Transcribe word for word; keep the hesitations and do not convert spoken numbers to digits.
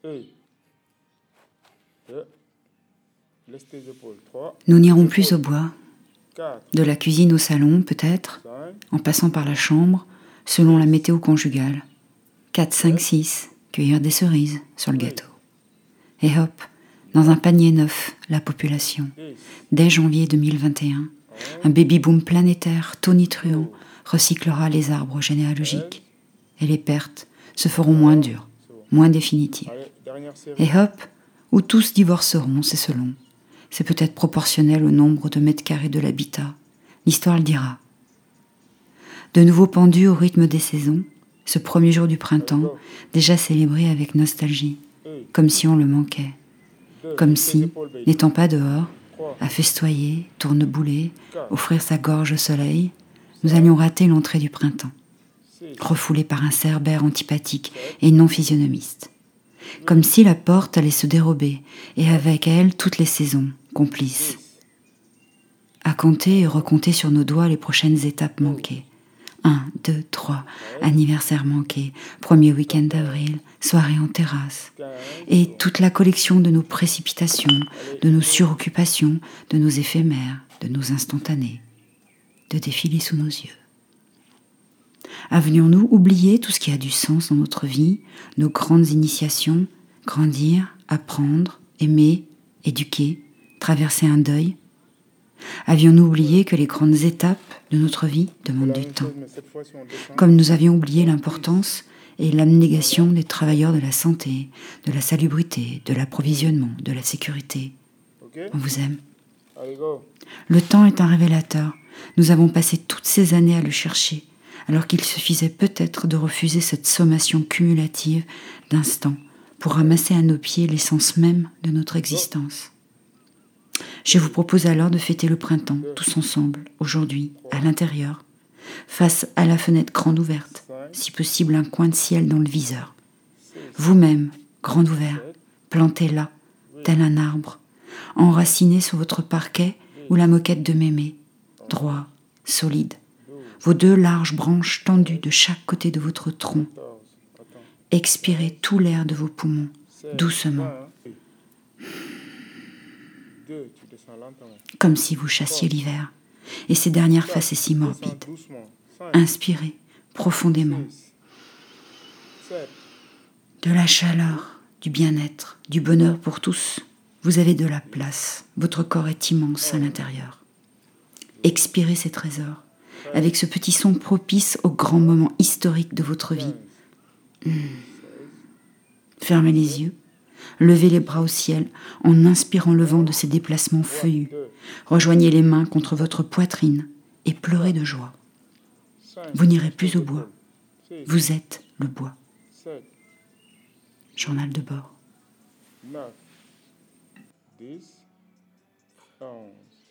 Nous n'irons plus au bois, de la cuisine au salon peut-être, en passant par la chambre, selon la météo conjugale. quatre, cinq, six, cueillir des cerises sur le gâteau. Et hop, dans un panier neuf, la population. Dès janvier deux mille vingt et un, un baby-boom planétaire tonitruant recyclera les arbres généalogiques. Et les pertes se feront moins dures, moins définitives. Et hop, où tous divorceront, c'est selon. C'est peut-être proportionnel au nombre de mètres carrés de l'habitat. L'histoire le dira. De nouveau pendu au rythme des saisons, ce premier jour du printemps, déjà célébré avec nostalgie, comme si on le manquait. Comme si, n'étant pas dehors, à festoyer, tournebouler, offrir sa gorge au soleil, nous allions rater l'entrée du printemps, refoulés par un cerbère antipathique et non physionomiste. Comme si la porte allait se dérober, et avec elle toutes les saisons, complices. À compter et recompter sur nos doigts les prochaines étapes manquées. Un, deux, trois, anniversaire manqué, premier week-end d'avril, soirée en terrasse. Et toute la collection de nos précipitations, de nos suroccupations, de nos éphémères, de nos instantanés, de défiler sous nos yeux. Avions-nous oublié tout ce qui a du sens dans notre vie, nos grandes initiations, grandir, apprendre, aimer, éduquer, traverser un deuil? Avions-nous oublié que les grandes étapes de notre vie demandent du temps, comme nous avions oublié l'importance et l'abnégation des travailleurs de la santé, de la salubrité, de l'approvisionnement, de la sécurité. On vous aime. Le temps est un révélateur. Nous avons passé toutes ces années à le chercher, alors qu'il suffisait peut-être de refuser cette sommation cumulative d'instants pour ramasser à nos pieds l'essence même de notre existence. Je vous propose alors de fêter le printemps, tous ensemble, aujourd'hui, à l'intérieur, face à la fenêtre grande ouverte, si possible un coin de ciel dans le viseur. Vous-même, grand ouvert, planté là, tel un arbre, enraciné sur votre parquet ou la moquette de mémé, droit, solide, vos deux larges branches tendues de chaque côté de votre tronc. Expirez tout l'air de vos poumons, doucement, comme si vous chassiez l'hiver, et ces dernières facéties morbides. Inspirez profondément. De la chaleur, du bien-être, du bonheur pour tous. Vous avez de la place, votre corps est immense à l'intérieur. Expirez ces trésors, avec ce petit son propice au grand moment historique de votre vie. Mmh. Fermez les yeux. Levez les bras au ciel en inspirant le vent de ces déplacements feuillus. Rejoignez les mains contre votre poitrine et pleurez de joie. Vous n'irez plus au bois. Vous êtes le bois. Journal de bord.